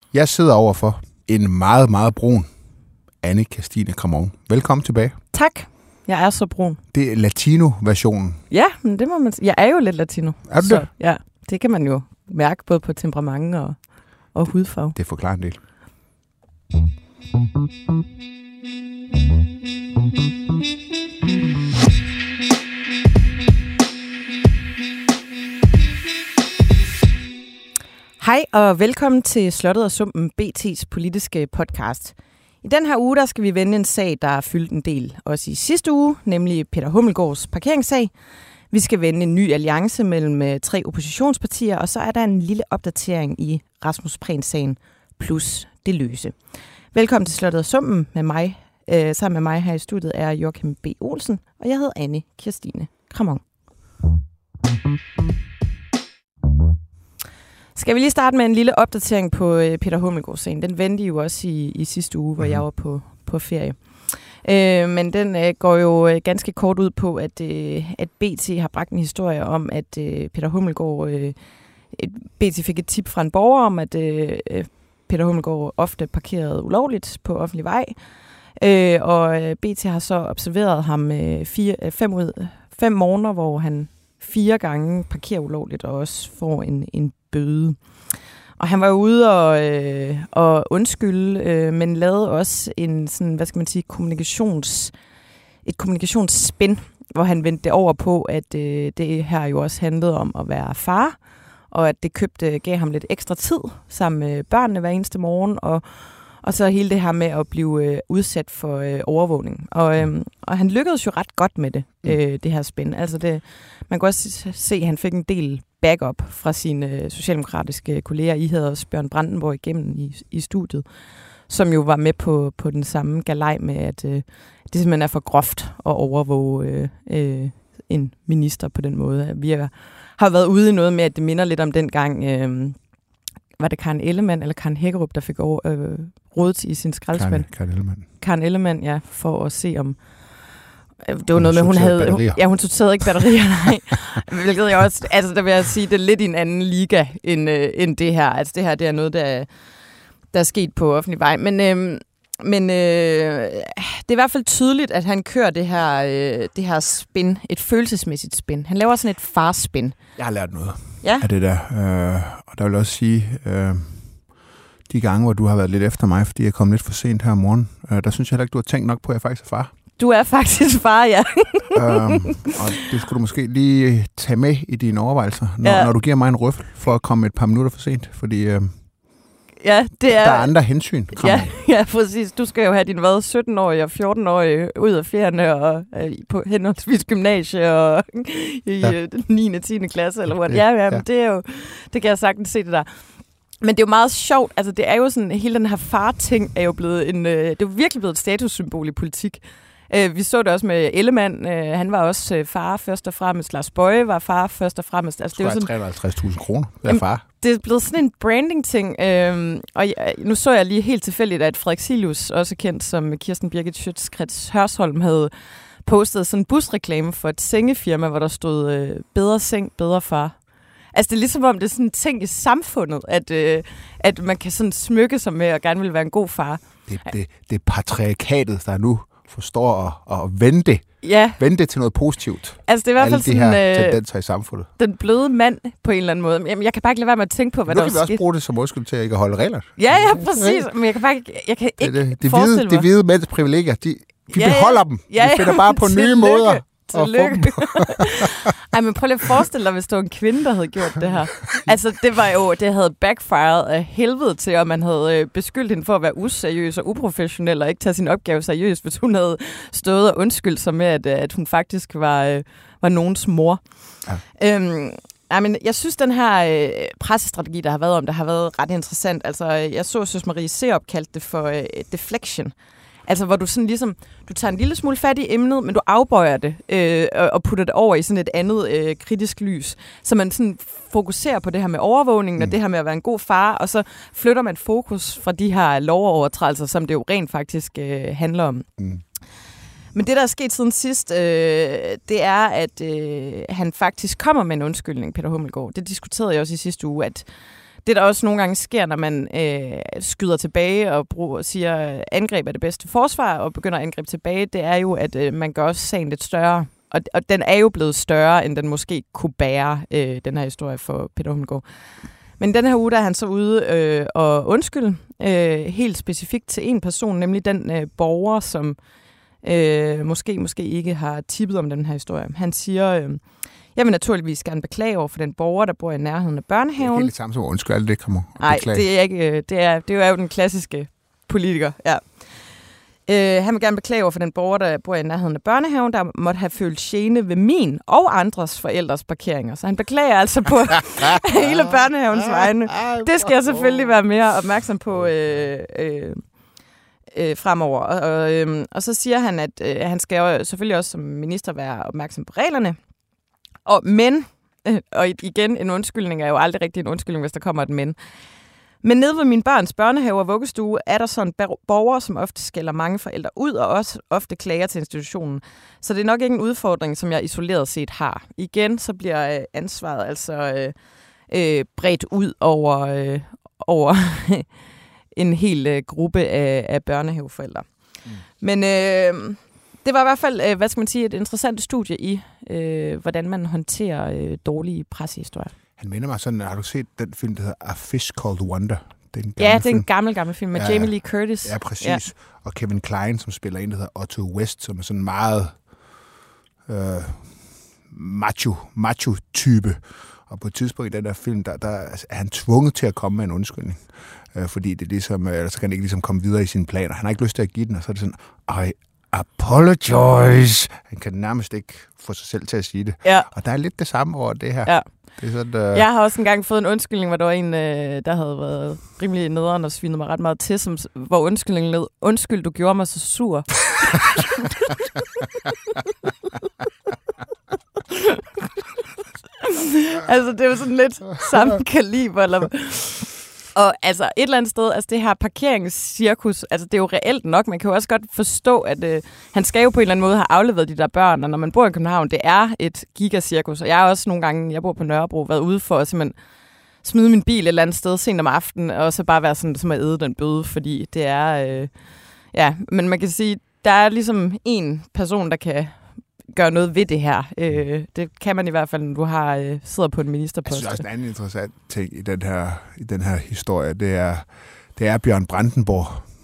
Jeg sidder overfor en meget, meget brun Anne Kirstine Kramon. Velkommen tilbage. Tak. Jeg er så brun. Det er latino-versionen. Ja, men det må man sige. Jeg er jo lidt latino. Er du så, det? Ja, det kan man jo mærke både på temperament og hudfarve. Det forklarer en del. Hej og velkommen til Slottet og Sumpen, BT's politiske podcast. I den her uge der skal vi vende en sag, der er fyldt en del. Også i sidste uge, nemlig Peter Hummelgaards parkeringssag. Vi skal vende en ny alliance mellem 3 oppositionspartier, og så er der en lille opdatering i Rasmus Prehns-sagen plus det løse. Velkommen til Slottet og Sumpen med mig. Sammen med mig her i studiet er Joachim B. Olsen, og jeg hedder Anne Kirstine Kramon. Skal vi lige starte med en lille opdatering på Peter Hummelgaards-sagen. Den vendte jo også i sidste uge, hvor jeg var på ferie. Men den går jo ganske kort ud på, at BT har bragt en historie om, at Peter Hummelgaard... BT fik et tip fra en borger om, at Peter Hummelgaard ofte parkerede ulovligt på offentlig vej. Og BT har så observeret ham 5 måneder, hvor han 4 gange parkerer ulovligt og også får en bøde. Og han var jo ude og undskylde, men lavede også en sådan, hvad skal man sige, et kommunikationsspin, hvor han vendte det over på, at det her jo også handlede om at være far, og at det gav ham lidt ekstra tid sammen med børnene hver eneste morgen, og så hele det her med at blive udsat for overvågning. Og han lykkedes jo ret godt med det her spin. Altså man kan også se, at han fik en del backup fra sine socialdemokratiske kolleger. I havde også Bjørn Brandenborg igennem i studiet, som jo var med på den samme galej med, at det simpelthen er for groft at overvåge en minister på den måde. Vi har været ude i noget med, at det minder lidt om dengang... var det Karen Ellemann eller Karen Hækkerup, der fik rådet i sin skraldespand? Karen Ellemann, ja, for at se om... Det var noget med, hun havde... Batterier. Ja, hun sorterede ikke batterier, nej. Hvilket jeg også... Altså, der vil jeg sige, det er lidt i en anden liga end det her. Altså, det her, det er noget, der er sket på offentlig vej. Men det er i hvert fald tydeligt, at han kører det her spin, et følelsesmæssigt spin. Han laver sådan et farspin. Jeg har lært noget af det der. Og der vil også sige, de gange, hvor du har været lidt efter mig, fordi jeg kom lidt for sent her om morgenen, der synes jeg heller ikke, du har tænkt nok på, at jeg faktisk er far. Du er faktisk far, ja. Og det skulle du måske lige tage med i dine overvejelser, når du giver mig en røffel for at komme et par minutter for sent, fordi ja, der er andre hensyn. Ja, præcis. Du skal jo have din 17-årige og 14-årige ud af ferierne og på henholdsvis gymnasie og i 9. og 10. klasse eller hvad. Ja, men det er jo, det kan jeg sagtens se det der. Men det er jo meget sjovt, altså det er jo sådan, hele den her far-ting er jo blevet det er jo virkelig blevet et statussymbol i politik. Vi så det også med Ellemann, han var også far først og fremmest, Lars Boje var far først og fremmest. Altså, det var sådan 350.000 kroner, det er far. Det er blevet sådan en branding-ting, og nu så jeg lige helt tilfældigt, at Frederik Silius, også kendt som Kirsten Birgit Schiøtz Hørsholm, havde postet sådan en busreklame for et sengefirma, hvor der stod bedre seng, bedre far. Altså det er ligesom om det er sådan en ting i samfundet, at man kan sådan smykke sig med og gerne vil være en god far. Det er patriarkatet, der nu forstår at vende til noget positivt. Altså det er i hvert fald sådan de her tendenser i samfundet. Den bløde mand på en eller anden måde. Jamen, jeg kan bare ikke lade være med at tænke på, hvad der er sket. Nu kan vi også bruge det som undskyld til at ikke holde regler. Ja, præcis. Men jeg kan bare ikke forestille mig. De hvide mænds privilegier, vi beholder dem. Vi finder bare på nye måder. Tillykke. Ej, men prøv lige at forestille dig, hvis det var en kvinde, der havde gjort det her. Altså, det havde backfired af helvede til, og man havde beskyldt hende for at være useriøs og uprofessionel og ikke tage sin opgave seriøst, hvis hun havde stået og undskyldt sig med, at hun faktisk var nogens mor. Ja. Men jeg synes, den her pressestrategi, der har været om, der har været ret interessant. Altså, jeg synes, Marie Serup kaldte det for deflection. Altså, hvor du sådan ligesom, du tager en lille smule fat i emnet, men du afbøjer det og putter det over i sådan et andet kritisk lys. Så man sådan fokuserer på det her med overvågningen og det her med at være en god far, og så flytter man fokus fra de her lovovertrædelser, som det jo rent faktisk handler om. Men det, der er sket siden sidst, det er, at han faktisk kommer med en undskyldning, Peter Hummelgaard. Det diskuterede jeg også i sidste uge, at Det, der også nogle gange sker, når man skyder tilbage og siger, angreb er det bedste forsvar, og begynder at angribe tilbage, det er jo, at man gør også sagen lidt større. Og den er jo blevet større, end den måske kunne bære, den her historie for Peter Hummelgaard. Men den her uge, der er han så ude og undskylde helt specifikt til en person, nemlig den borger, som måske ikke har tippet om den her historie. Han siger, jeg vil naturligvis gerne beklage over for den borger, der bor i nærheden af børnehaven. Det er helt samme som undskyld, alt det kommer. Nej, det er ikke. Det er jo den klassiske politiker, ja. Han vil gerne beklage over for den borger, der bor i nærheden af børnehaven, der måtte have følt gene ved min og andres forældres parkeringer. Så han beklager altså på hele børnehavens vegne. Det skal jeg selvfølgelig være mere opmærksom på fremover. Og så siger han, at han skal jo selvfølgelig også som minister være opmærksom på reglerne. Og igen, en undskyldning er jo aldrig rigtig en undskyldning, hvis der kommer et men. Men nede ved min børns børnehave og vuggestue er der sådan borgere, som ofte skælder mange forældre ud, og også ofte klager til institutionen. Så det er nok ikke en udfordring, som jeg isoleret set har. Igen, så bliver ansvaret altså bredt ud over en hel gruppe af børnehaveforældre. Men det var i hvert fald, hvad skal man sige, et interessant studie i, hvordan man håndterer dårlige pressehistorier. Han minder mig sådan, har du set den film, der hedder A Fish Called Wonder? Det er en gammel film med Jamie Lee Curtis. Ja, præcis. Ja. Og Kevin Kline, som spiller en, der hedder Otto West, som er sådan en meget macho-type. Og på et tidspunkt i den der film, der er han tvunget til at komme med en undskyldning. Fordi det ligesom, så kan han ikke ligesom komme videre i sine planer. Han har ikke lyst til at give den, og så er det sådan, I apologize. Han kan nærmest ikke få sig selv til at sige det. Ja. Og der er lidt det samme over det her. Ja. Det er sådan, Jeg har også engang fået en undskyldning, hvor der var en, der havde været rimelig nederen og svinet mig ret meget til, hvor undskyldningen lød, undskyld, du gjorde mig så sur. Altså, det er jo sådan lidt samme kaliber, eller... Og altså et eller andet sted, altså det her parkeringscirkus, altså det er jo reelt nok. Man kan jo også godt forstå, at han skal jo på en eller anden måde have afleveret de der børn, og når man bor i København, det er et gigacirkus. Og jeg har også nogle gange, jeg bor på Nørrebro, været ude for at simpelthen smide min bil et eller andet sted sent om aftenen, og så bare være sådan, som at æde den bøde, fordi det er... men man kan sige, der er ligesom en person, der kan gøre noget ved det her. Det kan man i hvert fald, når du sidder på en ministerpost. Jeg synes også, en anden interessant ting i den her historie, det er Bjørn Brandenborg,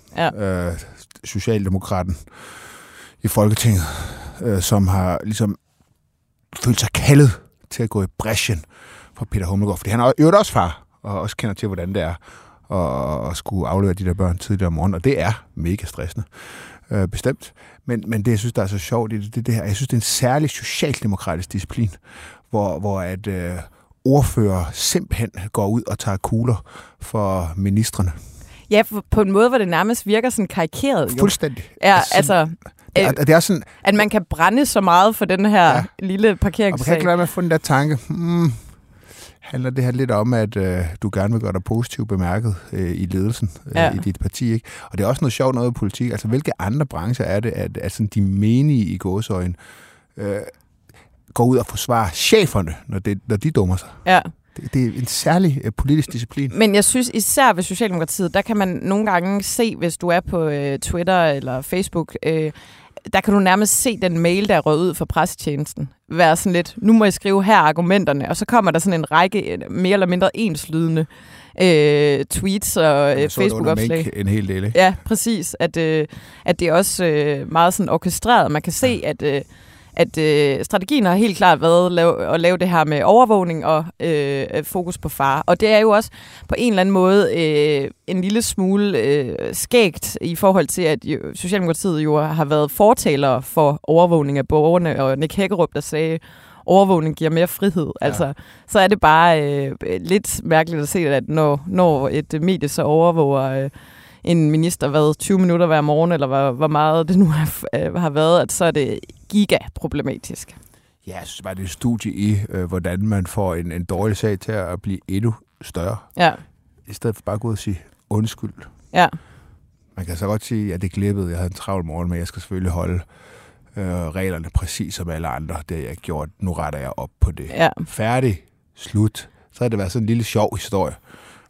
socialdemokraten i Folketinget, som har ligesom følt sig kaldet til at gå i brechen for Peter Hummelgaard, fordi han er jo også far, og også kender til, hvordan det er at skulle aflevere de der børn tidligere om morgenen, og det er mega stressende. Bestemt. Men det, jeg synes, der er så sjovt i det her, jeg synes, det er en særlig socialdemokratisk disciplin, hvor at ordfører simpelthen går ud og tager kugler for ministrene. Ja, på en måde, hvor det nærmest virker sådan karikeret. Fuldstændig. Ja, altså det er sådan, at man kan brænde så meget for den her lille parkeringssag. Og man kan ikke lade med at få den der tanke, handler det her lidt om, at du gerne vil gøre dig positivt bemærket i ledelsen i dit parti, ikke? Og det er også noget sjovt noget i politik. Altså, hvilke andre brancher er det, at sådan de menige i gåseøjne går ud og forsvarer cheferne, når de dummer sig? Ja. Det er en særlig politisk disciplin. Men jeg synes især ved Socialdemokratiet, der kan man nogle gange se, hvis du er på Twitter eller Facebook, der kan du nærmest se den mail, der er røget ud fra pressetjenesten. Være sådan lidt, nu må jeg skrive her argumenterne, og så kommer der sådan en række mere eller mindre enslydende tweets og Facebook-opslag. En hel del, ikke? Ja, præcis. At det er også meget sådan orkestreret. Man kan se, at strategien har helt klart været at lave det her med overvågning og fokus på fare. Og det er jo også på en eller anden måde en lille smule skægt i forhold til, at Socialdemokratiet jo har været fortalere for overvågning af borgerne, og Nick Hækkerup, der sagde, overvågning giver mere frihed. Ja. Altså, så er det bare lidt mærkeligt at se, at når et medie så overvåger en minister 20 minutter hver morgen, eller hvor meget det nu har været, at så er det gigaproblematisk. Ja, jeg synes bare, det er et studie i, hvordan man får en dårlig sag til at blive endnu større. Ja. I stedet for bare at gå ud og sige undskyld. Ja. Man kan så godt sige, at det glippede. Jeg havde en travl morgen, men jeg skal selvfølgelig holde reglerne præcis som alle andre. Det har jeg gjort. Nu retter jeg op på det. Ja. Færdig. Slut. Så har det været sådan en lille sjov historie.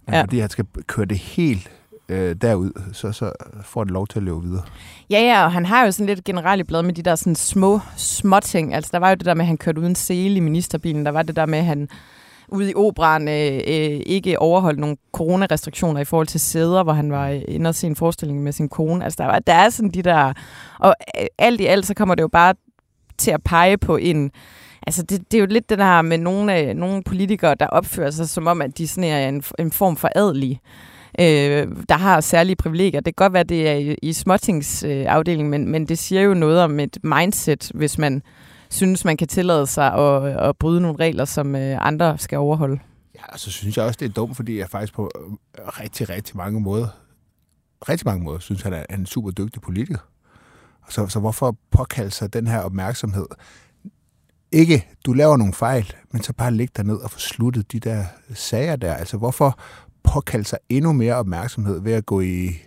Men fordi han skal køre det helt derud, så får det lov til at løbe videre. Ja, og han har jo sådan lidt generelt i bladet med de der sådan små ting. Altså, der var jo det der med, at han kørte uden sele i ministerbilen. Der var det der med, at han ude i operaen ikke overholdt nogle coronarestriktioner i forhold til sæder, hvor han var inde og se en forestilling med sin kone. Altså, der er sådan de der... Og alt i alt, så kommer det jo bare til at pege på en... Altså, det er jo lidt det der med nogle politikere, der opfører sig som om, at de sådan er en form for adelige, der har særlige privilegier. Det kan godt være, det er i småtingsafdelingen, men det siger jo noget om et mindset, hvis man synes, man kan tillade sig at bryde nogle regler, som andre skal overholde. Ja, og så synes jeg også, det er dumt, fordi jeg faktisk på rigtig mange måder synes, han er en super dygtig politiker. Så hvorfor påkalde sig den her opmærksomhed? Ikke, du laver nogle fejl, men så bare læg dig ned og få sluttet de der sager der. Altså, hvorfor påkalde sig endnu mere opmærksomhed ved at gå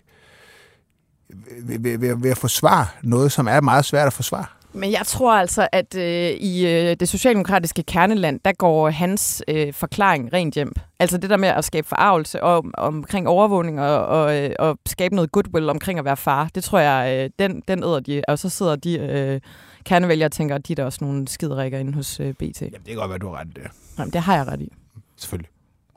ved at forsvare noget, som er meget svært at forsvare? Men jeg tror altså, at i det socialdemokratiske kerneland, der går hans forklaring rent hjem. Altså det der med at skabe forarvelse omkring overvågning og skabe noget goodwill omkring at være far, det tror jeg, den æder de. Og så sidder de kernevælgere og tænker, at de er der også nogle skiderikker inde hos BT. Jamen det kan godt være, du har ret i det. Jamen det har jeg ret i. Selvfølgelig.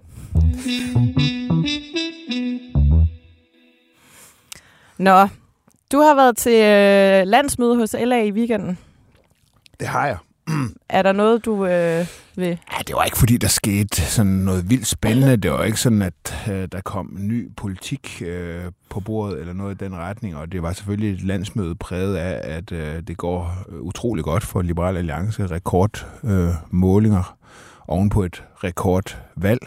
Nå, du har været til landsmøde hos LA i weekenden. Det har jeg. Er der noget, du vil? Ja, det var ikke, fordi der skete sådan noget vildt spændende. Det var ikke sådan, at der kom ny politik på bordet eller noget i den retning. Og det var selvfølgelig et landsmøde præget af, at det går utrolig godt for Liberal Alliance. Rekordmålinger ovenpå et rekordvalg.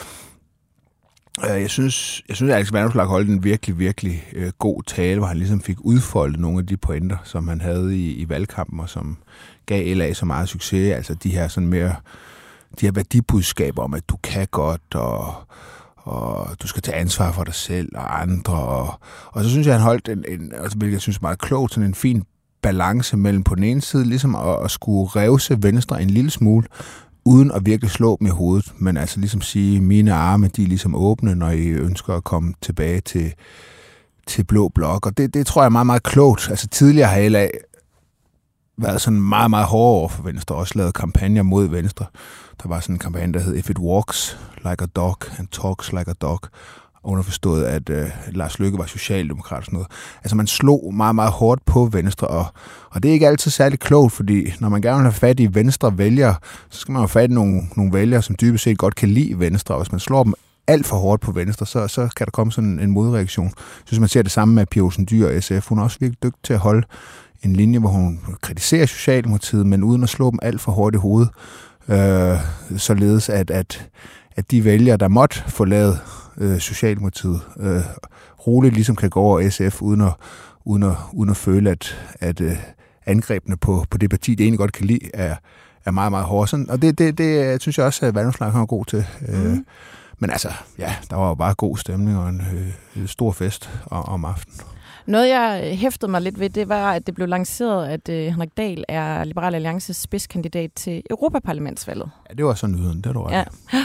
Jeg synes, at Alex Vanopslagh holdt en virkelig god tale, hvor han ligesom fik udfoldet nogle af de pointer, som han havde i valgkampen, og som gav LA så meget succes. Altså de her sådan mere, de her værdibudskaber om, at du kan godt, og du skal tage ansvar for dig selv og andre. Og så synes jeg, han holdt hvilket jeg synes er meget klogt, sådan en fin balance mellem på den ene side, ligesom at skulle revse Venstre en lille smule, uden at virkelig slå dem i hovedet, men altså ligesom sige, mine arme, de er ligesom åbne, når I ønsker at komme tilbage til blå blok. Og det tror jeg er meget, meget klogt. Altså tidligere har LA været sådan meget, meget hård over for Venstre, også lavet kampagner mod Venstre. Der var sådan en kampagne, der hed If it walks like a dog and talks like a dog, underforstået, at Lars Løkke var socialdemokrat og sådan noget. Altså man slog meget, meget hårdt på Venstre, og det er ikke altid særlig klogt, fordi når man gerne vil have fat i Venstre vælgere, så skal man jo fat i nogle vælgere, som dybest set godt kan lide Venstre, og hvis man slår dem alt for hårdt på Venstre, så kan der komme sådan en modreaktion. Jeg synes, man ser det samme med Pia Olsen Dyhr og SF. Hun er også virkelig dygtig til at holde en linje, hvor hun kritiserer Socialdemokratiet, men uden at slå dem alt for hårdt i hovedet, således at de vælgere, der måtte forlade Socialdemokratiet, roligt ligesom kan gå over SF, uden at føle, at angrebene på det parti, det egentlig godt kan lide, er meget, meget hårde. Sådan, og det synes jeg også, at Vanopslagh er god til. Men altså, ja, der var jo bare god stemning og en stor fest om aftenen. Noget, jeg hæftede mig lidt ved, det var, at det blev lanceret, at Henrik Dahl er Liberal Alliances spidskandidat til Europaparlamentsvalget. Ja, det var sådan nyheden, det er du ret. Ja.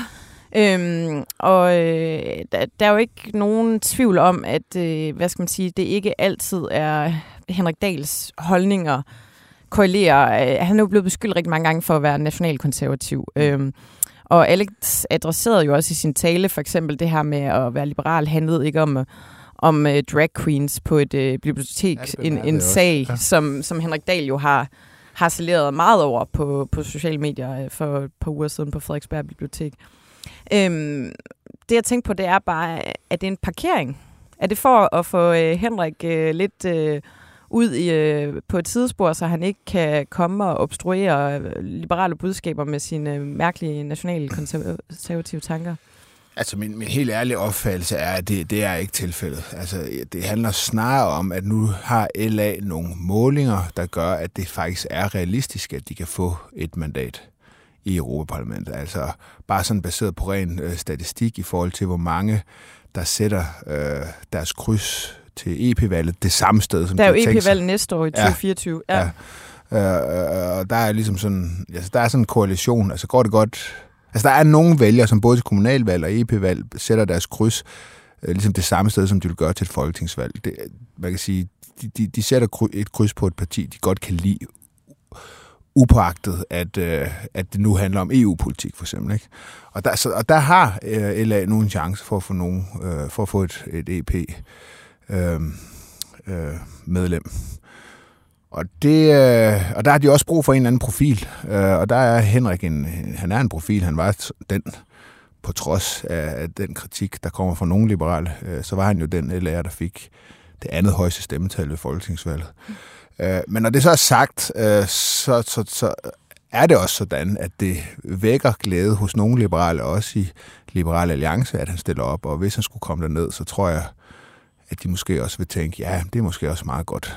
Der er jo ikke nogen tvivl om, at hvad skal man sige, det ikke altid er Henrik Dahls holdninger korrelerer. Han er jo blevet beskyldt rigtig mange gange for at være nationalkonservativ. Og Alex adresserede jo også i sin tale for eksempel det her med at være liberal, handlede ikke om drag queens på et bibliotek, en sag, ja. som Henrik Dahl jo har harceleret meget over på sociale medier for et par uger siden på Frederiksberg Bibliotek. Det jeg tænker på, det er bare, at det er en parkering. Er det for at få Henrik lidt ud på et sidespor, så han ikke kan komme og obstruere liberale budskaber med sine mærkelige nationale konservative tanker? Altså min helt ærlige opfattelse er, at det er ikke tilfældet. Altså det handler snarere om, at nu har LA nogle målinger, der gør, at det faktisk er realistisk, at de kan få et mandat i Europaparlamentet. Altså bare sådan baseret på ren statistik i forhold til, hvor mange der sætter deres kryds til EP-valget det samme sted, som der er jo EP-valget næste år i 2024. Ja. Og der er ligesom sådan, altså der er sådan en koalition. Altså går det godt Altså, der er nogle vælgere, som både til kommunalvalg og EP-valg sætter deres kryds ligesom det samme sted, som de vil gøre til et folketingsvalg. Man kan sige, de sætter et kryds på et parti, de godt kan lide, upåagtet, at det nu handler om EU-politik, for eksempel. Ikke? Og der har LA nogle chance for at få et EP-medlem. Og der har de også brug for en eller anden profil. Og der er Henrik han er en profil. Han var den, på trods af den kritik, der kommer fra nogle liberale, så var han jo den LA'er, der fik det andet højeste stemmetal ved folketingsvalget. Men når det så er sagt, så er det også sådan, at det vækker glæde hos nogle liberale, også i Liberal Alliance, at han stiller op. Og hvis han skulle komme derned, så tror jeg, at de måske også vil tænke, ja, det er måske også meget godt,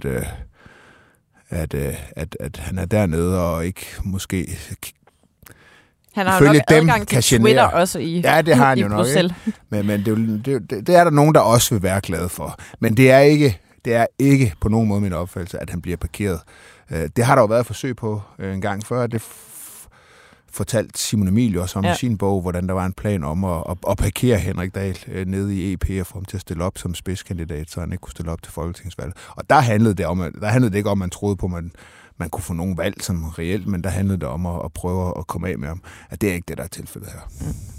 at han er dernede, og ikke måske... Han har jo nok adgang til Twitter også i ja, det har han jo nok, Bruxelles. Men det er der nogen, der også vil være glade for. Men det er ikke på nogen måde min opfattelse, at han bliver parkeret. Det har der jo været forsøg på en gang før. Det fortalte Simon Emil også om i sin bog, hvordan der var en plan om at parkere Henrik Dahl nede i EP og få ham til at stille op som spidskandidat, så han ikke kunne stille op til folketingsvalget. Og der handlede det ikke om, at man troede på, at man kunne få nogen valg som reelt, men der handlede det om at prøve at komme af med ham. At det er ikke det, der er tilfældet her.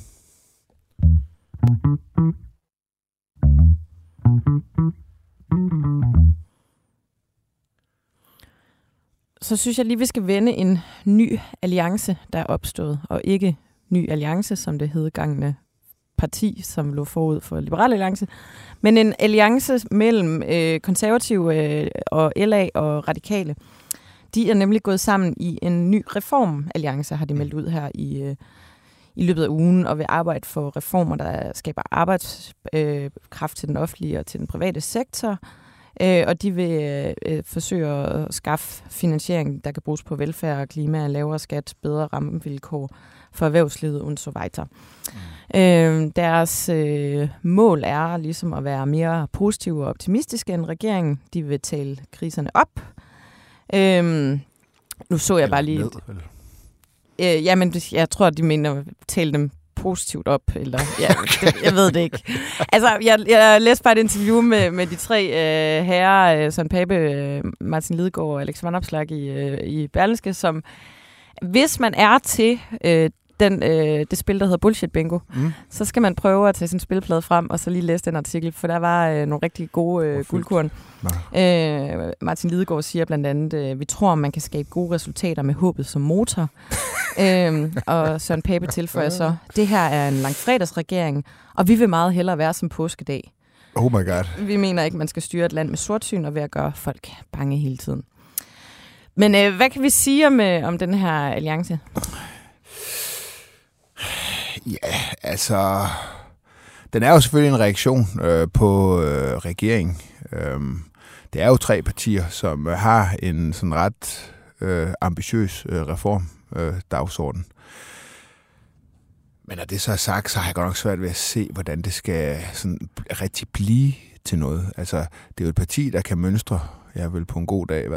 Så synes jeg lige, vi skal vende en ny alliance, der er opstået, og ikke ny alliance, som det hedgangende parti, som lå forud for Liberal Alliance, men en alliance mellem konservative og LA og radikale. De er nemlig gået sammen i en ny reformalliance, har de meldt ud her i løbet af ugen, og vil arbejde for reformer, der skaber arbejdskraft til den offentlige og til den private sektor. Og de vil forsøge at skaffe finansiering, der kan bruges på velfærd og klima, lavere skat, bedre rammevilkår for erhvervslivet und so weiter. Deres mål er ligesom at være mere positive og optimistiske end regeringen. De vil tale kriserne op. Nu så jeg bare lige... Jamen, jeg tror, de mener at tale dem positivt op, eller jeg ved det ikke. Altså, jeg læste bare et interview med de tre herrer, Søren Pape, Martin Lidegaard og Alex Vanopslagh i Berlingske, som hvis man er til det spil, der hedder Bullshit Bingo, så skal man prøve at tage sin spilplade frem, og så lige læse den artikel, for der var nogle rigtig gode guldkorn. Martin Lidegaard siger blandt andet, vi tror, man kan skabe gode resultater med håbet som motor. Og Søren Pape tilføjer så, det her er en langfredagsregering, og vi vil meget hellere være som påskedag. Oh my god. Vi mener ikke, man skal styre et land med sortsyn og ved at gøre folk bange hele tiden. Men hvad kan vi sige om den her alliance? Ja, altså... Den er jo selvfølgelig en reaktion på regeringen. Det er jo tre partier, som har en sådan ret ambitiøs reformdagsorden. Men når det så er sagt, så har jeg godt nok svært ved at se, hvordan det skal sådan rigtig blive til noget. Altså, det er jo et parti, der kan mønstre, jeg vil på en god dag,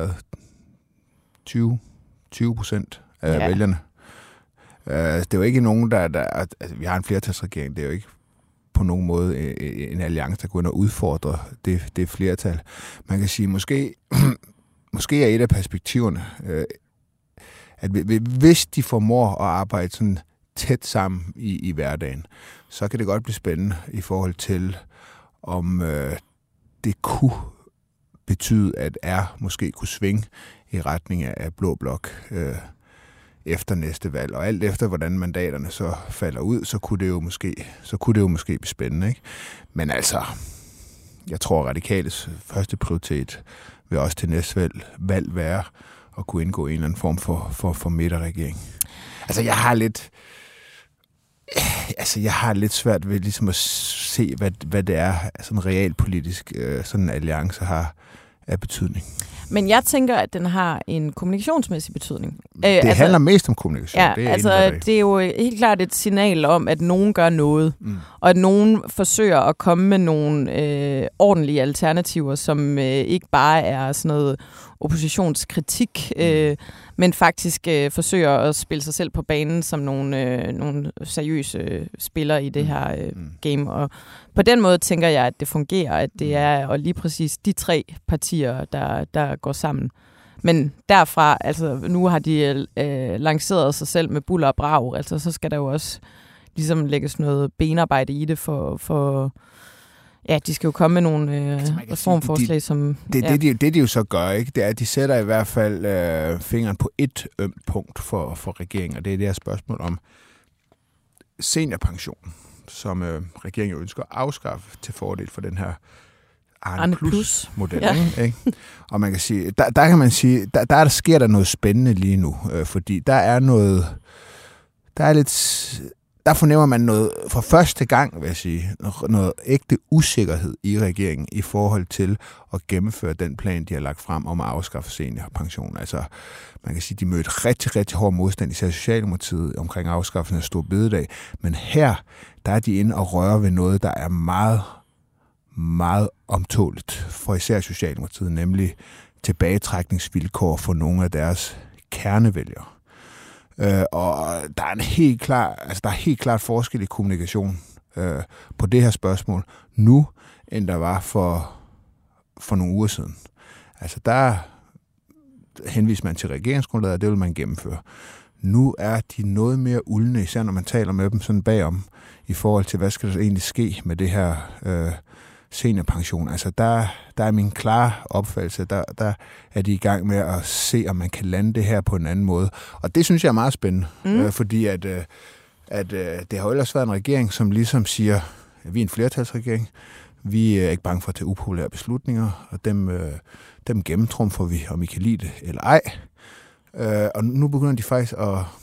20% af vælgerne. Det er jo ikke nogen, altså, vi har en flertalsregering, det er jo ikke på nogen måde en alliance, der går ind og udfordrer det flertal. Man kan sige, måske er et af perspektiverne, at hvis de formår at arbejde sådan tæt sammen i hverdagen, så kan det godt blive spændende i forhold til, om det kunne betyde, at måske kunne svinge i retning af blå blok efter næste valg. Og alt efter, hvordan mandaterne så falder ud, så kunne det jo måske blive spændende. Ikke? Men altså, jeg tror, Radikales første prioritet vil også til næste valg være at kunne indgå en eller anden form for midterregering. Altså, jeg har lidt svært ved ligesom at se, hvad det er, sådan realpolitisk sådan en alliance har af betydning. Men jeg tænker, at den har en kommunikationsmæssig betydning. Det handler mest om kommunikation. Ja, det er jo helt klart et signal om, at nogen gør noget, og at nogen forsøger at komme med nogle ordentlige alternativer, som ikke bare er sådan noget oppositionskritik, men faktisk forsøger at spille sig selv på banen som nogle seriøse spillere i det her game. Og på den måde tænker jeg, at det fungerer, at det er og lige præcis de 3 partier, der går sammen. Men derfra, altså nu har de lanceret sig selv med buller og brag, altså så skal der jo også ligesom lægges noget benarbejde i det for ja, de skal jo komme med nogle reformforslag, som... Det de jo så gør, ikke, det er, at de sætter i hvert fald fingeren på et ømt punkt for regeringen, og det er det her spørgsmål om seniorpension, som regeringen ønsker at afskaffe til fordel for den her Arne Plus-model. Ja. Ikke? Og man kan sige, der kan man sige, der sker der noget spændende lige nu, fordi der fornemmer man noget for første gang, vil jeg sige, noget ægte usikkerhed i regeringen i forhold til at gennemføre den plan, de har lagt frem om at afskaffe seniorpension. Altså, man kan sige, de mødte rigtig, rigtig hård modstand, især Socialdemokratiet, omkring afskaffelsen af Store Bededag. Men her, der er de inde og rører ved noget, der er meget, meget omtåligt for især Socialdemokratiet, nemlig tilbagetrækningsvilkår for nogle af deres kernevælgere. Og der er helt klart forskel i kommunikation på det her spørgsmål nu, end der var for nogle uger siden. Altså der henviser man til regeringsgrundlaget, og det vil man gennemføre. Nu er de noget mere uldne, især når man taler med dem sådan bagom, i forhold til, hvad skal der egentlig ske med det her seniorpension. Altså der er min klare opfattelse, der er de i gang med at se, om man kan lande det her på en anden måde. Og det synes jeg er meget spændende, fordi at det har jo ellers været en regering, som ligesom siger, at vi er en flertalsregering, vi er ikke bange for at tage upopulære beslutninger, og dem gennemtrumfer vi, om I kan lide det eller ej. Og nu begynder de faktisk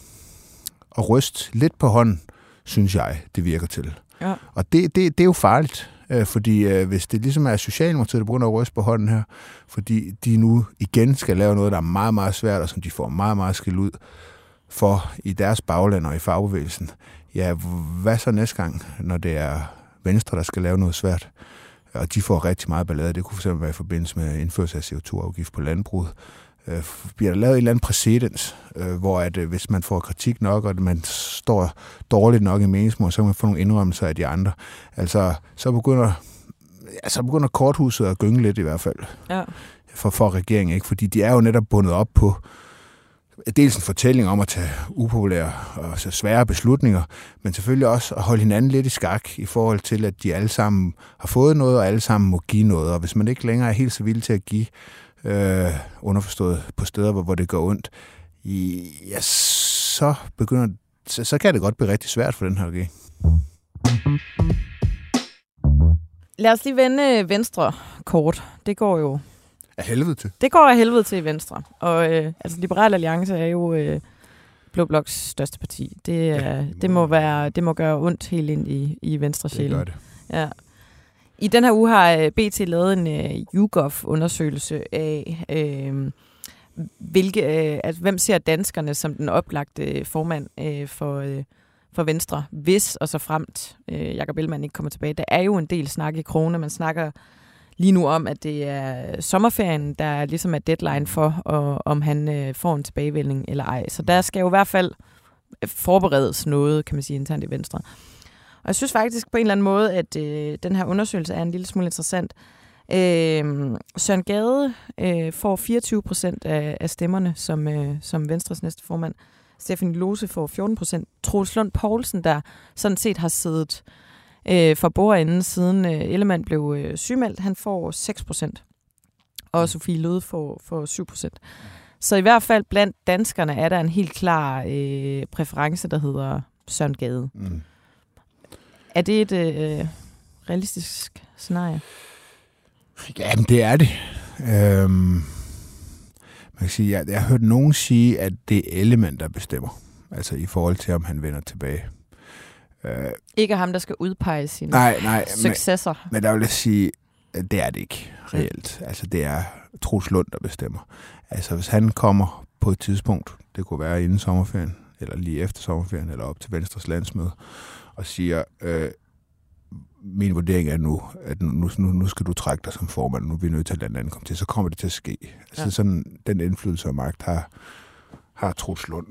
at ryste lidt på hånden, synes jeg, det virker til. Ja. Og det er jo farligt. Fordi hvis det ligesom er Socialdemokratiet, der begynder at ryste på hånden her, fordi de nu igen skal lave noget, der er meget, meget svært, og som de får meget, meget skæld ud for i deres bagland og i fagbevægelsen. Ja, hvad så næste gang, når det er Venstre, der skal lave noget svært? Og de får rigtig meget ballade. Det kunne fx være i forbindelse med indførelse af CO2-afgift på landbruget. Bliver der lavet en eller anden præcedens, hvor at, hvis man får kritik nok, og man står dårligt nok i meningsmål, så kan man få nogle indrømmelser af de andre. Altså, så begynder korthuset at gynge lidt i hvert fald for regeringen, ikke? Fordi de er jo netop bundet op på dels en fortælling om at tage upopulære og så svære beslutninger, men selvfølgelig også at holde hinanden lidt i skak i forhold til, at de alle sammen har fået noget, og alle sammen må give noget. Og hvis man ikke længere er helt så villig til at give, underforstået på steder, hvor det går ondt, ja, så kan det godt blive rigtig svært for den her regering. Lad os lige vende Venstre kort. Det går jo af helvede til. Det går af helvede til i Venstre. Og altså Liberal Alliance er jo Blå Bloks største parti. Det må gøre ondt helt ind i Venstre sjælen. Det gør det. Ja. I den her uge har BT lavet en YouGov-undersøgelse af, hvem ser danskerne som den oplagte formand for Venstre, hvis og så fremt Jakob Ellemann ikke kommer tilbage. Der er jo en del snak i krone. Man snakker lige nu om, at det er sommerferien, der ligesom er deadline for, om han får en tilbagevending eller ej. Så der skal jo i hvert fald forberedes noget, kan man sige, internt i Venstre. Og jeg synes faktisk på en eller anden måde, at den her undersøgelse er en lille smule interessant. Søren Gade får 24% af stemmerne som Venstres næste formand. Stephanie Lose får 14%. Troels Lund Poulsen, der sådan set har siddet for bordenden siden Ellemann blev sygemeldt, han får 6%. Og Sofie Løde får 7%. Så i hvert fald blandt danskerne er der en helt klar præference, der hedder Søren Gade. Mm. Er det et realistisk scenarie? Jamen, det er det. Man kan sige, jeg har hørt nogen sige, at det er Ellemann, der bestemmer. Altså i forhold til, om han vender tilbage. Ikke ham, der skal udpege sine successer. Men der vil jeg sige, at det er det ikke reelt. Altså det er Troels Lund, der bestemmer. Altså hvis han kommer på et tidspunkt, det kunne være inden sommerferien, eller lige efter sommerferien, eller op til Venstres landsmøde, og siger, min vurdering er nu, at nu skal du trække dig som formand, nu er vi nødt til at lade den anden komme til, så kommer det til at ske. Altså sådan, den indflydelse og magt har Troels Lund.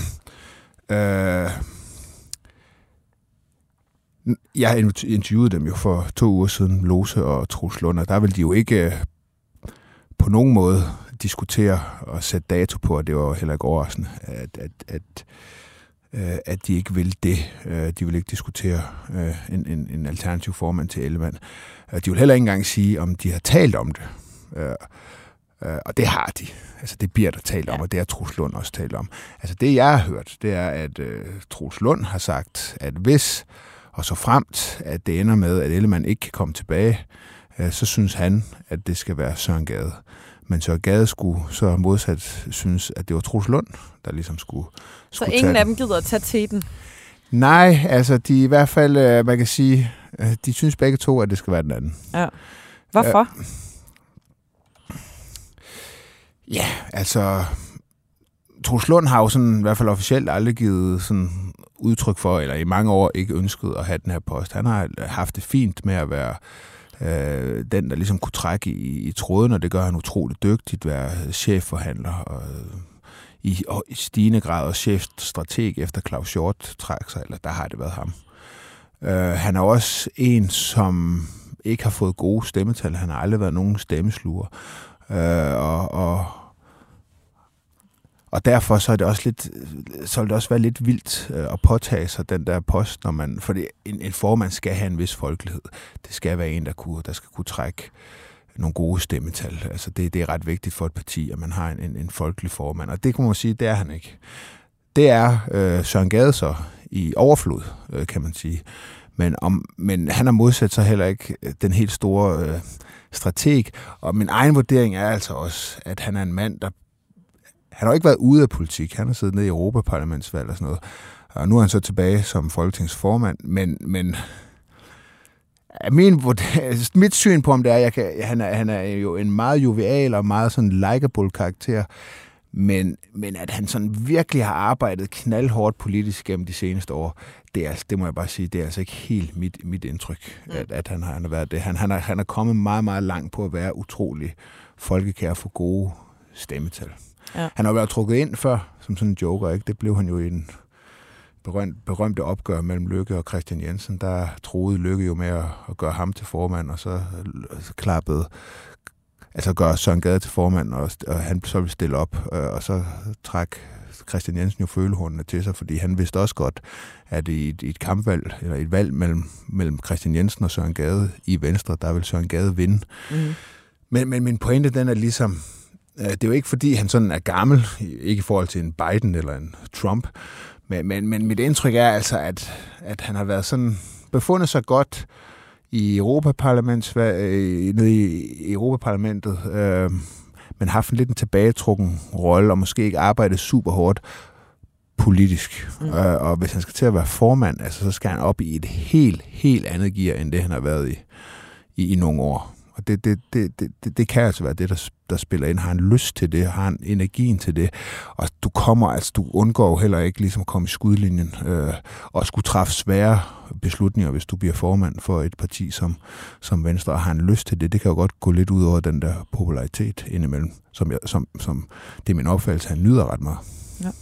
Jeg interviewede dem jo for 2 uger siden, Lose og Troels Lund, og der ville de jo ikke på nogen måde diskutere og sætte dato på, og det var heller ikke overraskende, at de ikke ville det. De ville ikke diskutere en alternativ formand til Ellemann. De vil heller ikke engang sige, om de har talt om det. Og det har de. Altså, det bliver der talt om, og det har Troels Lund også talt om. Altså, det jeg har hørt, det er, at Troels Lund har sagt, at hvis og så fremt, at det ender med, at Ellemann ikke kan komme tilbage, så synes han, at det skal være Søren Gade. Men Søren Gade skulle så modsat synes, at det var Troels Lund, der ligesom skulle så ingen af dem gider at tage teten? Nej, altså de i hvert fald, man kan sige, de synes begge to, at det skal være den anden. Ja. Hvorfor? Ja, altså Troels Lund har jo sådan i hvert fald officielt aldrig givet sådan udtryk for, eller i mange år ikke ønsket at have den her post. Han har haft det fint med at være den, der ligesom kunne trække i tråden, og det gør han utroligt dygtigt, være chefforhandler og i stigende grad og chefstrateg efter Claus Hjort trækker sig, eller der har det været ham. Han er også en, som ikke har fået gode stemmetal. Han har aldrig været nogen stemmesluger. Og derfor så er det også lidt, så vil det også være lidt vildt at påtage sig den der post, når man, fordi en formand skal have en vis folkelighed. Det skal være en, der skal kunne trække nogle gode stemmetal. Altså det er ret vigtigt for et parti, at man har en folkelig formand. Og det kan man sige, det er han ikke. Det er Søren Gade så i overflod, kan man sige. Men han har modsat sig heller ikke den helt store strateg. Og min egen vurdering er altså også, at han er en mand, der han har ikke været ude af politik. Han har siddet nede i Europaparlamentsvalg og sådan noget. Og nu er han så tilbage som folketingsformand. Men mit syn på ham, det er, han er jo en meget jovial og meget sådan likeable karakter. Men at han sådan virkelig har arbejdet knaldhårdt politisk gennem de seneste år, det må jeg bare sige, det er altså ikke helt mit indtryk, at han har været det. Han er kommet meget, meget langt på at være utrolig folkekær for gode stemmetal. Ja. Han har været trukket ind før, som sådan en joker, ikke? Det blev han jo i en berømte opgør mellem Løkke og Christian Jensen. Der troede Løkke jo med at gøre ham til formand, og så gøre Søren Gade til formand, og han så ville stille op, og så træk Christian Jensen jo følehornene til sig, fordi han vidste også godt, at i et kampvalg, eller et valg mellem Christian Jensen og Søren Gade i Venstre, der vil Søren Gade vinde. Mm. Men min pointe, den er ligesom, det er jo ikke fordi, han sådan er gammel, ikke i forhold til en Biden eller en Trump, men mit indtryk er altså, at han har været sådan, befundet sig godt i nede i Europaparlamentet, men haft lidt en tilbagetrukken rolle, og måske ikke arbejdet super hårdt politisk. Og hvis han skal til at være formand, altså, så skal han op i et helt andet gear, end det han har været i nogle år. Og det kan altså være det, der spiller ind. Har han lyst til det? Har han energien til det? Og du undgår heller ikke ligesom at komme i skudlinjen og skulle træffe svære beslutninger, hvis du bliver formand for et parti som Venstre. Og har han lyst til det? Det kan jo godt gå lidt ud over den der popularitet indimellem, som det er min opfattelse, han nyder ret meget. Ja.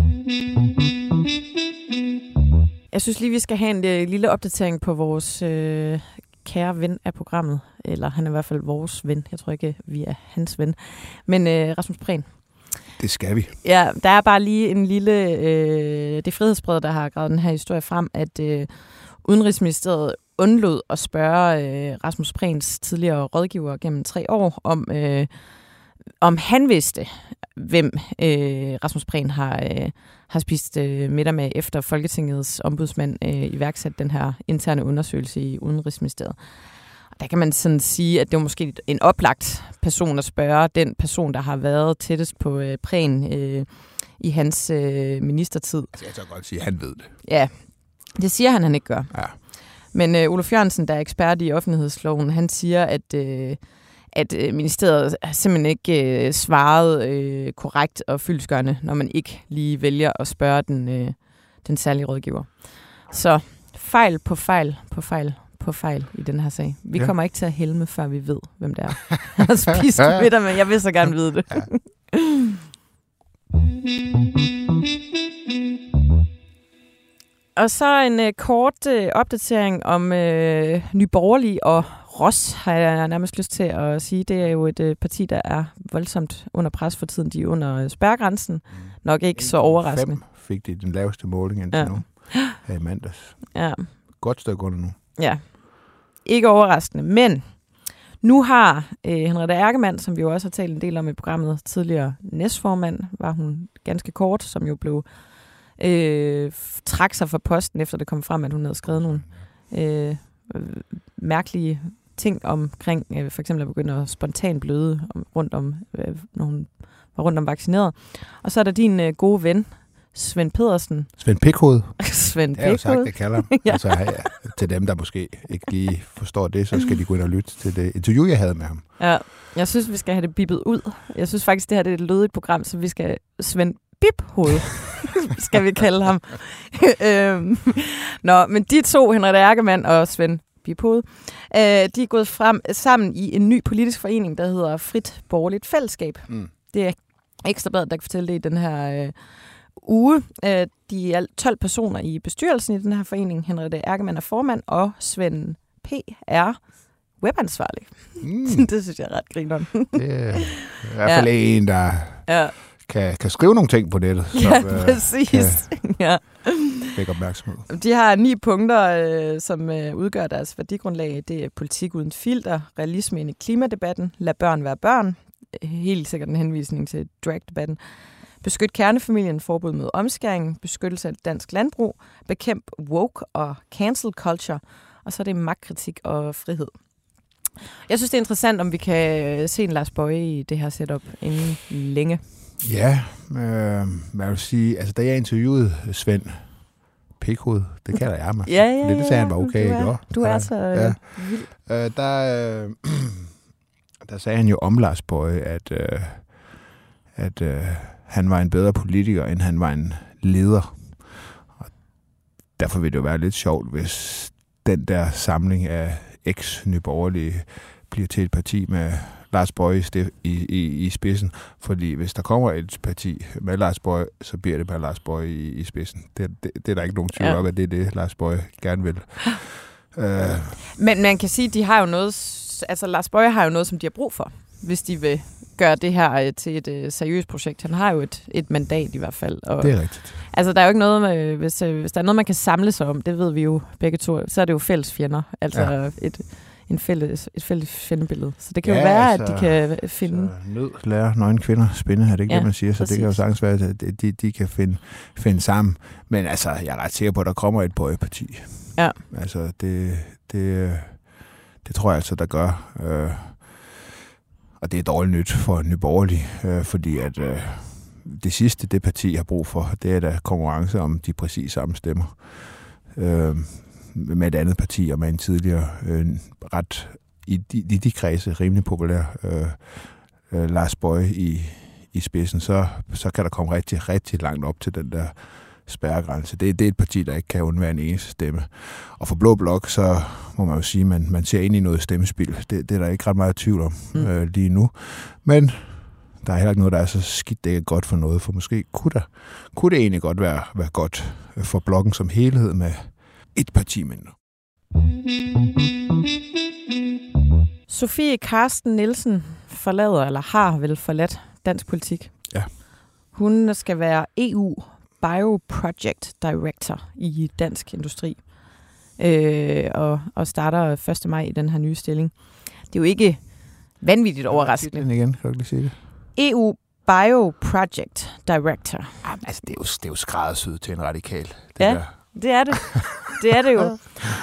Jeg synes lige, vi skal have en lille opdatering på vores kære ven af programmet. Eller han er i hvert fald vores ven. Jeg tror ikke, vi er hans ven. Men Rasmus Prehn. Det skal vi. Ja, der er bare lige en lille... det er Frihedsbrevet, der har gravet den her historie frem, at Udenrigsministeriet undlod at spørge Rasmus Prehns tidligere rådgiver gennem 3 år, om han vidste, hvem Rasmus Prehn har spist middag med, efter Folketingets ombudsmand iværksatte den her interne undersøgelse i Udenrigsministeriet. Og der kan man sådan sige, at det var måske en oplagt person at spørge, den person, der har været tættest på Prehn i hans ministertid. Altså, jeg tør godt sige, at han ved det. Ja, det siger han ikke gør. Ja. Men Oluf Jørgensen, der er ekspert i offentlighedsloven, han siger, at ministeriet simpelthen ikke svarede korrekt og fyldestgørende, når man ikke lige vælger at spørge den særlige rådgiver. Så fejl på fejl på fejl på fejl i den her sag. Vi kommer ikke til at helme, før vi ved, hvem det er. Jeg har spist middag, men jeg vil så gerne vide det. Ja. Og så en kort opdatering om Nye Borgerlige og ROS, har jeg nærmest lyst til at sige. Det er jo et parti, der er voldsomt under pres for tiden. De er under spærregrænsen. Nok ikke så overraskende. 5 fik de den laveste måling indtil nu. Her i mandags. Ja. Godt stykke under nu. Ja, ikke overraskende. Men nu har Henriette Erkemann, som vi jo også har talt en del om i programmet, tidligere næstformand, var hun ganske kort, som jo blev trak sig fra posten, efter det kom frem, at hun havde skrevet nogle mærkelige ting omkring, for eksempel at begynde at spontant bløde når hun var rundt om vaccineret. Og så er der din gode ven, Svend Pedersen. Svend Pikhoved. Svend Pikhoved. Det er jo sagt, jeg kalder ham. Ja. Altså, til dem, der måske ikke lige forstår det, så skal de gå ind og lytte til det interview, jeg havde med ham. Ja, jeg synes, vi skal have det bippet ud. Jeg synes faktisk, det her det er et lødigt program, så vi skal Svend Biphoved, skal vi kalde ham. Men de to, Henriette Erkemann og Svend Biphoved, de er gået frem sammen i en ny politisk forening, der hedder Frit Borgerligt Fællesskab. Det er Ekstra Bladet, der kan fortælle det i den her uge. De er 12 personer i bestyrelsen i den her forening. Henriette Erkemann er formand, og Svend P. er webansvarlig. Det synes jeg er ret grineren. Det er i hvert fald en, der kan skrive nogle ting på nettet. Ja, præcis. Kan vække opmærksomhed. De har 9 punkter, som udgør deres værdigrundlag. Det er politik uden filter, realisme ind i klimadebatten, lad børn være børn, helt sikkert en henvisning til drag-debatten, beskyt kernefamilien, forbud mod omskæring, beskyttelse af dansk landbrug, bekæmp woke og cancel culture, og så er det magtkritik og frihed. Jeg synes, det er interessant, om vi kan se en Lars Boje i det her setup inden længe. Ja, jeg vil sige, altså da jeg interviewede Svend Pikhoved, det kalder jeg mig. Ja, det sagde han var okay. Du er så vild. Der sagde han jo om Lars Boje, at han var en bedre politiker, end han var en leder. Og derfor vil det jo være lidt sjovt, hvis den der samling af eks-Nye Borgerlige bliver til et parti med Lars Boje i spidsen. Fordi hvis der kommer et parti med Lars Boje, så bliver det med Lars Boje i spidsen. Det er der ikke nogen tvivl om, at det er det, Lars Boje gerne vil. Men man kan sige, at de har jo noget, altså Lars Boje har jo noget, som de har brug for, hvis de vil gøre det her til et seriøst projekt. Han har jo et mandat i hvert fald. Og, det er rigtigt. Altså der er jo ikke noget, med, hvis der er noget, man kan samle sig om, det ved vi jo begge to, så er det jo fælles fjender. Altså et fælles fjendebillede. Så det kan jo være, at de kan finde... Nød lærer nøgne kvinder spinde, er det ikke det, man siger? Så præcis. Det kan jo sagtens være, at de kan finde sammen. Men altså, jeg er ret sikker på, at der kommer et Boje-parti. Ja. Altså, det tror jeg altså, der gør. Og det er dårligt nyt for Nye Borgerlige, fordi at det sidste, det parti har brug for, det er da konkurrence om de præcis samme stemmer. Med et andet parti og med en tidligere ret i de kredse rimelig populær Lars Boje i spidsen, så kan der komme rigtig, rigtig langt op til den der spærregrænse. Det er et parti, der ikke kan undvære en eneste stemme. Og for Blå Blok, så må man jo sige, at man ser ind i noget stemmespil. Det er der ikke ret meget tvivl om lige nu. Men der er heller ikke noget, der er så skidt, det er godt for noget, for måske kunne det egentlig godt være godt for blokken som helhed med et parti mindre. Sofie Carsten Nielsen forlader, eller har vel forladt dansk politik. Ja. Hun skal være EU Bioproject Director i Dansk Industri. Og starter 1. maj i den her nye stilling. Det er jo ikke vanvittigt overraskende. Igen, kan du ikke sige det? EU Bioproject Director. Jamen, altså, det er jo skræddersyet til en radikal. Det er det. Det er det jo.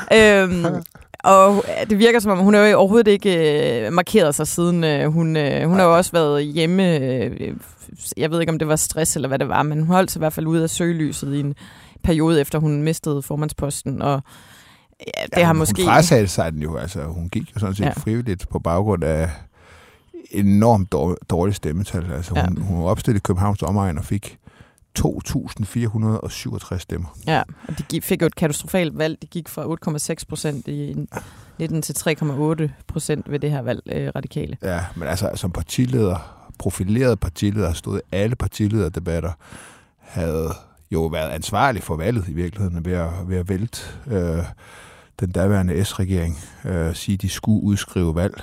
Og det virker som om, hun har jo overhovedet ikke markeret sig siden. Hun har jo også været hjemme. Jeg ved ikke, om det var stress eller hvad det var, men hun holdt sig i hvert fald ude af søgelyset i en periode, efter hun mistede formandsposten. Og det har måske... Hun frasatte sig den jo. Altså, hun gik jo sådan set frivilligt på baggrund af enormt dårligt stemmetal. Altså, hun var opstillet i Københavns omegn og fik 2.467 stemmer. Ja, og de fik jo et katastrofalt valg. De gik fra 8,6% i 19 til 3,8% ved det her valg, radikale. Ja, men altså som partileder, profileret partileder, stod alle partilederdebatter, havde jo været ansvarlig for valget i virkeligheden ved at vælte den daværende S-regering, sige, de skulle udskrive valg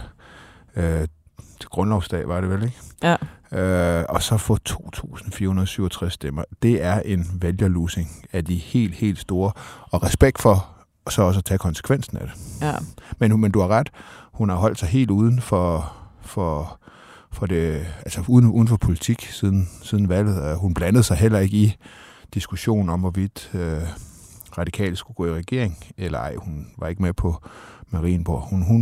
til grundlovsdag, var det vel, ikke? Ja. Og så få 2.467 stemmer. Det er en vælgerlosing af de helt, helt store. Og respekt for så også at tage konsekvensen af det. Ja. Men du har ret. Hun har holdt sig helt uden for det, altså uden for politik siden valget. Hun blandede sig heller ikke i diskussionen om, hvorvidt Radikale skulle gå i regering, eller ej. Hun var ikke med på Marienborg.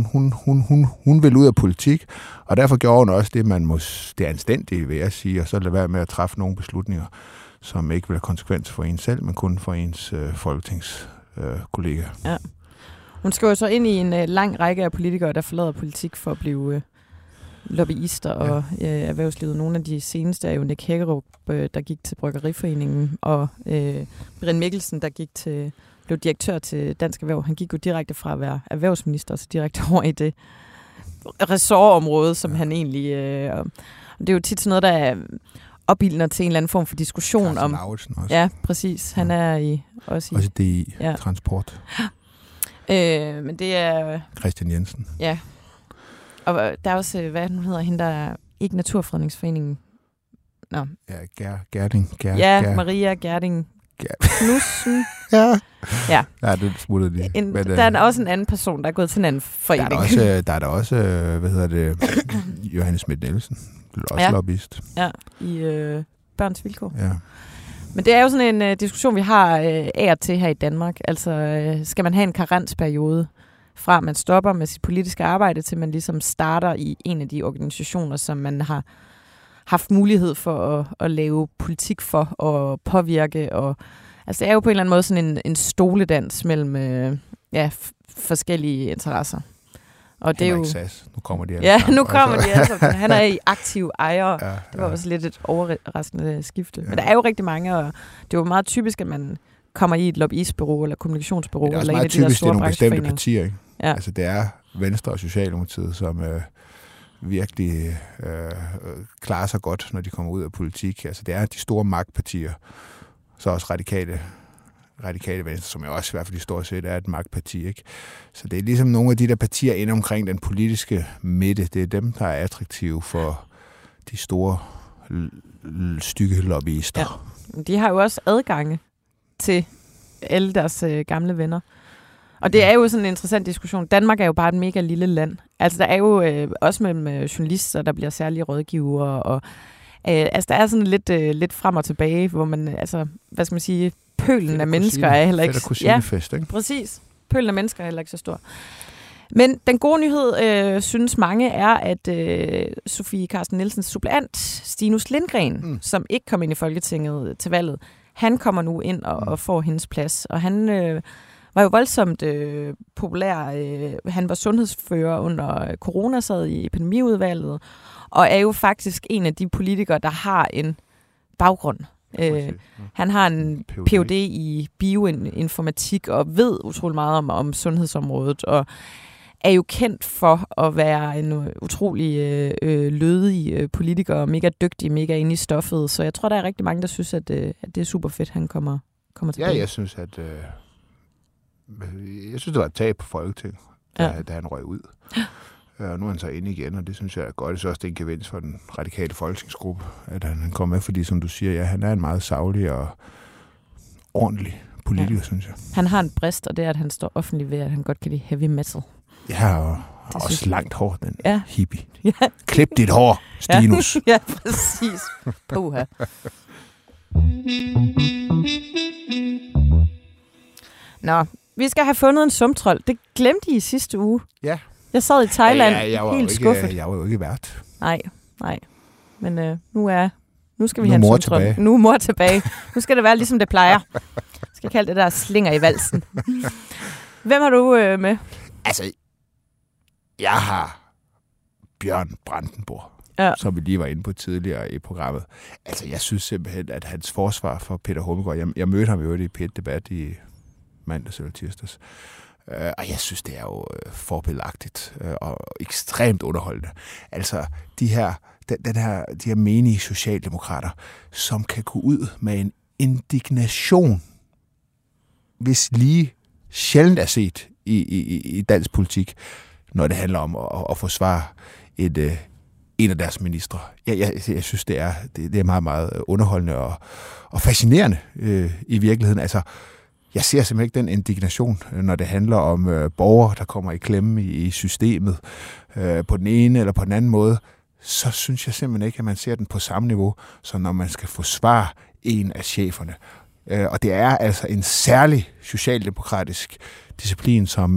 Hun ville ud af politik, og derfor gjorde hun også det, det er anstændigt, vil jeg sige, og så lade være med at træffe nogle beslutninger, som ikke vil have konsekvenser for en selv, men kun for ens folketingskollegaer. Ja. Hun skal jo så ind i en lang række af politikere, der forlader politik for at blive lobbyister og erhvervslivet. Nogle af de seneste er jo Nick Hækkerup, der gik til Bryggeriforeningen, og Brian Mikkelsen, der blev direktør til Dansk Erhverv. Han gik jo direkte fra at være erhvervsminister, så direkte over i det ressortområde, som han egentlig... det er jo tit sådan noget, der er opildner til en eller anden form for diskussion om... Også. Ja, præcis. Han er også i DI, transport. Men det er... Christian Jensen. Ja. Og der er også, hvad hun hedder, hende, der er ikke Naturfredningsforeningen. Nå. Ja, Gerding. Maria Gerding Knudsen. Ja, det smutter lige. Der er også en anden person, der er gået til en anden forening. Der er der også Johannes Schmidt Nielsen. Også lobbyist. Ja, i Børns Vilkår. Ja. Men det er jo sådan en diskussion, vi har af og til her i Danmark. Altså, skal man have en karensperiode fra man stopper med sit politiske arbejde, til man ligesom starter i en af de organisationer, som man har haft mulighed for at lave politik for og påvirke. Og, altså, det er jo på en eller anden måde sådan en stoledans mellem forskellige interesser. Og det er jo Sass. Nu kommer de alle sammen. Nu kommer de alle sammen. Han er i aktiv ejer. Det var også lidt et overraskende skifte. Men der er jo rigtig mange, og det er jo meget typisk, at man kommer i et lobbyistbureau eller kommunikationsbureau. Det er også eller meget typisk, det er nogle bestemte brancheforeninger. partier, ikke? Ja. Altså, det er Venstre og Socialdemokratiet, som virkelig klarer sig godt, når de kommer ud af politik. Altså, det er de store magtpartier. Så også radikale Venstre, som jo også i hvert fald i stort set er et magtparti, ikke? Så det er ligesom nogle af de der partier inde omkring den politiske midte. Det er dem, der er attraktive for de store stykke lobbyister. Ja. De har jo også adgange til alle deres gamle venner. Og det er jo sådan en interessant diskussion. Danmark er jo bare et mega lille land. Altså der er jo også mellem journalister, der bliver særlige rådgivere, og altså der er sådan lidt frem og tilbage, hvor man, altså, hvad skal man sige, pølen af mennesker er heller ikke... ikke? Præcis. Pølen af mennesker er heller ikke så stor. Men den gode nyhed, synes mange, er, at Sofie Carsten Nielsens suppleant, Stinus Lindgren, som ikke kom ind i Folketinget til valget, han kommer nu ind og får hendes plads. Og han var jo voldsomt populær. Han var sundhedsfører under corona, sad i epidemiudvalget, og er jo faktisk en af de politikere, der har en baggrund. Han har en Ph.D. i bioinformatik og ved utrolig meget om sundhedsområdet, og er jo kendt for at være en utrolig lødig politiker, og mega dygtig, mega inde i stoffet. Så jeg tror, der er rigtig mange, der synes, at det er super fedt, han kommer tilbage. Ja, jeg synes, det var et tab på Folketinget, da han røg ud. Og nu er han så inde igen, og det synes jeg er godt. Jeg synes også, det er en gevinst for den radikale folketingsgruppe, at han kommer med, fordi som du siger, han er en meget saglig og ordentlig politiker, synes jeg. Han har en brist, og det er, at han står offentligt ved, at han godt kan lide heavy metal. Ja, og også langt hår, den hippie. Ja. Klip dit hår, Stinus. Ja, præcis. Puha. Nå, vi skal have fundet en sumtrold. Det glemte I sidste uge. Ja. Jeg sad i Thailand helt skuffet. Jeg var jo ikke vært. Nej. Men nu skal vi have en sumtrold. Nu er mor tilbage. Nu skal det være ligesom det plejer. Jeg skal kalde det der slinger i valsen. Hvem har du med? Altså, jeg har Bjørn Brandenborg, som vi lige var inde på tidligere i programmet. Altså, jeg synes simpelthen, at hans forsvar for Peter Hummelgaard, jeg mødte ham jo i P1-debat i mandags eller tirsdags, og jeg synes, det er jo forbilledagtigt og ekstremt underholdende. Altså, de her menige socialdemokrater, som kan gå ud med en indignation, hvis lige sjældent er set i dansk politik, når det handler om at forsvare en af deres ministre. Jeg synes, det er meget, meget underholdende og fascinerende i virkeligheden. Altså, jeg ser simpelthen ikke den indignation, når det handler om borgere, der kommer i klemme i systemet på den ene eller på den anden måde. Så synes jeg simpelthen ikke, at man ser den på samme niveau, som når man skal forsvare en af cheferne. Og det er altså en særlig socialdemokratisk disciplin, som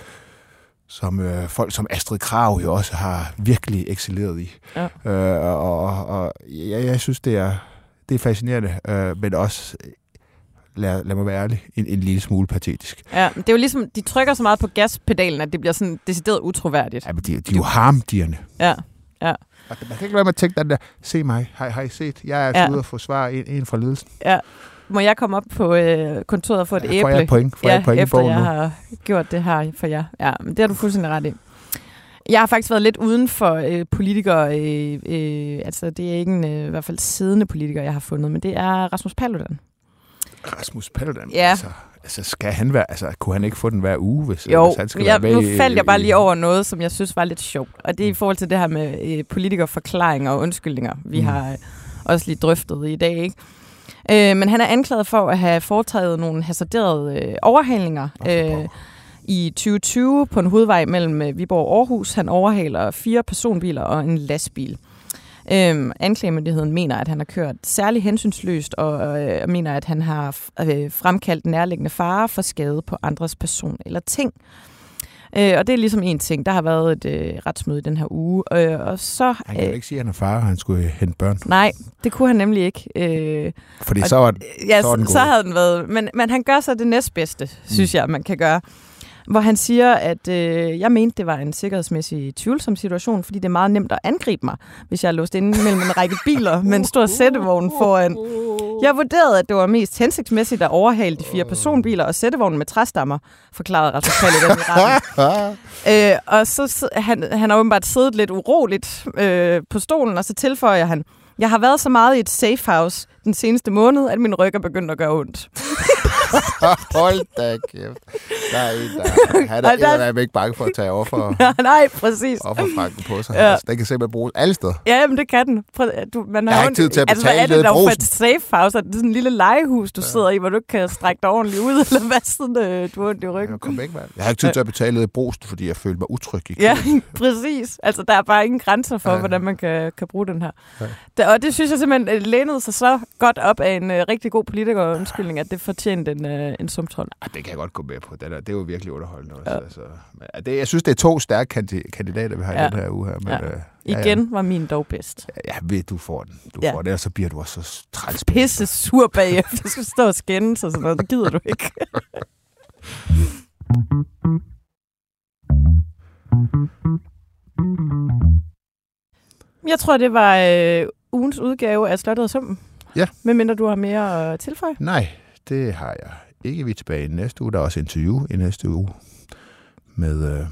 folk som Astrid Krag jo også har virkelig excelleret i. Ja. Og jeg synes, det er fascinerende, men også, lad mig være ærlig, en lille smule patetisk. Ja, det er jo ligesom, de trykker så meget på gaspedalen, at det bliver sådan decideret utroværdigt. Ja, men de er jo harmdirrende. Ja, ja. Og man kan ikke lade mig tænke den der, se mig, har I set? Jeg er altså ude og forsvare en fra ledelsen. Ja. Må jeg komme op på kontoret og få et æble? Får jeg point efter jeg har gjort det her for jer. Ja, men det har du fuldstændig ret i. Jeg har faktisk været lidt uden for politikere. Altså, det er ikke en i hvert fald siddende politiker, jeg har fundet, men det er Rasmus Paludan. Rasmus Paludan? Ja. Altså, skal han være, altså, kunne han ikke få den hver uge, hvis han skal være med? Nu faldt jeg bare lige over noget, som jeg synes var lidt sjovt. Og det er i forhold til det her med politikerforklaringer og undskyldninger, vi har også lige drøftet i dag, ikke? Men han er anklaget for at have foretaget nogle hasarderede overhalinger i 2020 på en hovedvej mellem Viborg og Aarhus. Han overhaler 4 personbiler og en lastbil. Anklagemyndigheden mener, at han har kørt særlig hensynsløst og mener, at han har fremkaldt nærliggende fare for skade på andres person eller ting. Og det er ligesom en ting. Der har været et retsmøde i den her uge. Og så, han kan jo ikke sige, at han er far, han skulle hente børn. Nej, det kunne han nemlig ikke. Fordi så var den god. Så havde den været. Men han gør så det næstbedste, synes jeg, man kan gøre. Hvor han siger, at jeg mente, det var en sikkerhedsmæssig tvivlsom situation, fordi det er meget nemt at angribe mig, hvis jeg er låst inde mellem en række biler med en stor sættevogn foran. Jeg vurderede, at det var mest hensigtsmæssigt at overhale de 4 personbiler og sættevognen med træstammer, forklarede Rasmus Paludan i retten. Og så han har åbenbart siddet lidt uroligt på stolen, og så tilføjer han, jeg har været så meget i et safe house den seneste måned, at min ryg er begyndt at gøre ondt. Hold da kæft. Der er en, han er ikke bange for at tage nej, præcis. Offerfrakken på sig. Ja. Altså, den kan simpelthen bruges alle steder. Ja, men det kan den. Man har ikke tid til at betale altså, hvad er det for et safe house? Er det sådan en lille legehus, du sidder i, hvor du ikke kan strække dig ordentligt ud, eller hvad sådan, du har ondt i ryggen? Kom væk, mand. Jeg har ikke tid til at betale lidt brost, fordi jeg følte mig utryg i Ja, præcis. Altså, der er bare ingen grænser for, hvordan man kan bruge den her. Ja. Og det synes jeg simpelthen lænede sig så godt op af en rigtig god politiker-undskyldning, at det fortjente en sumtrol. Det kan jeg godt gå med på. Det er jo virkelig underholdende også. Ja. Altså, jeg synes, det er 2 stærke kandidater, vi har i den her uge her. Men, igen var min dog bedst. Ja, du får den. Får den, og så bliver du også så træls. Pisse sur bagefter. Du skal stå og skændes og sådan noget. Det gider du ikke. Jeg tror, det var ugens udgave af Slottet og Sumpen. Ja. Medmindre du har mere at tilføje? Nej, det har jeg ikke. Vi er tilbage i næste uge. Der er også interview i næste uge med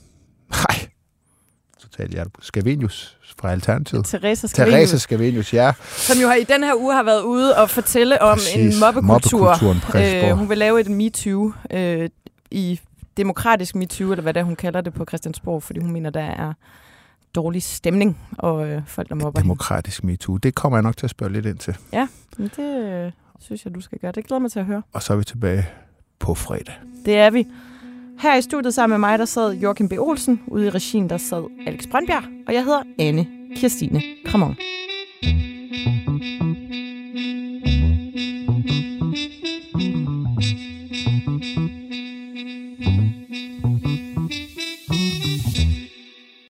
Scavenius fra Alternativet. Theresa Scavenius, ja. Som jo i den her uge har været ude og fortælle om en mobbekultur. Hun vil lave et MeToo i demokratisk MeToo, eller hvad det er, hun kalder det på Christiansborg, fordi hun mener, der er dårlig stemning og folk, der mobber demokratisk MeToo. Det kommer jeg nok til at spørge lidt ind til. Ja, men det synes jeg, du skal gøre. Det glæder mig til at høre. Og så er vi tilbage på fredag. Det er vi. Her i studiet sammen med mig, der sad Joachim B. Olsen. Ude i regien, der sad Alex Brøndbjerg. Og jeg hedder Anne Kirstine Kramon.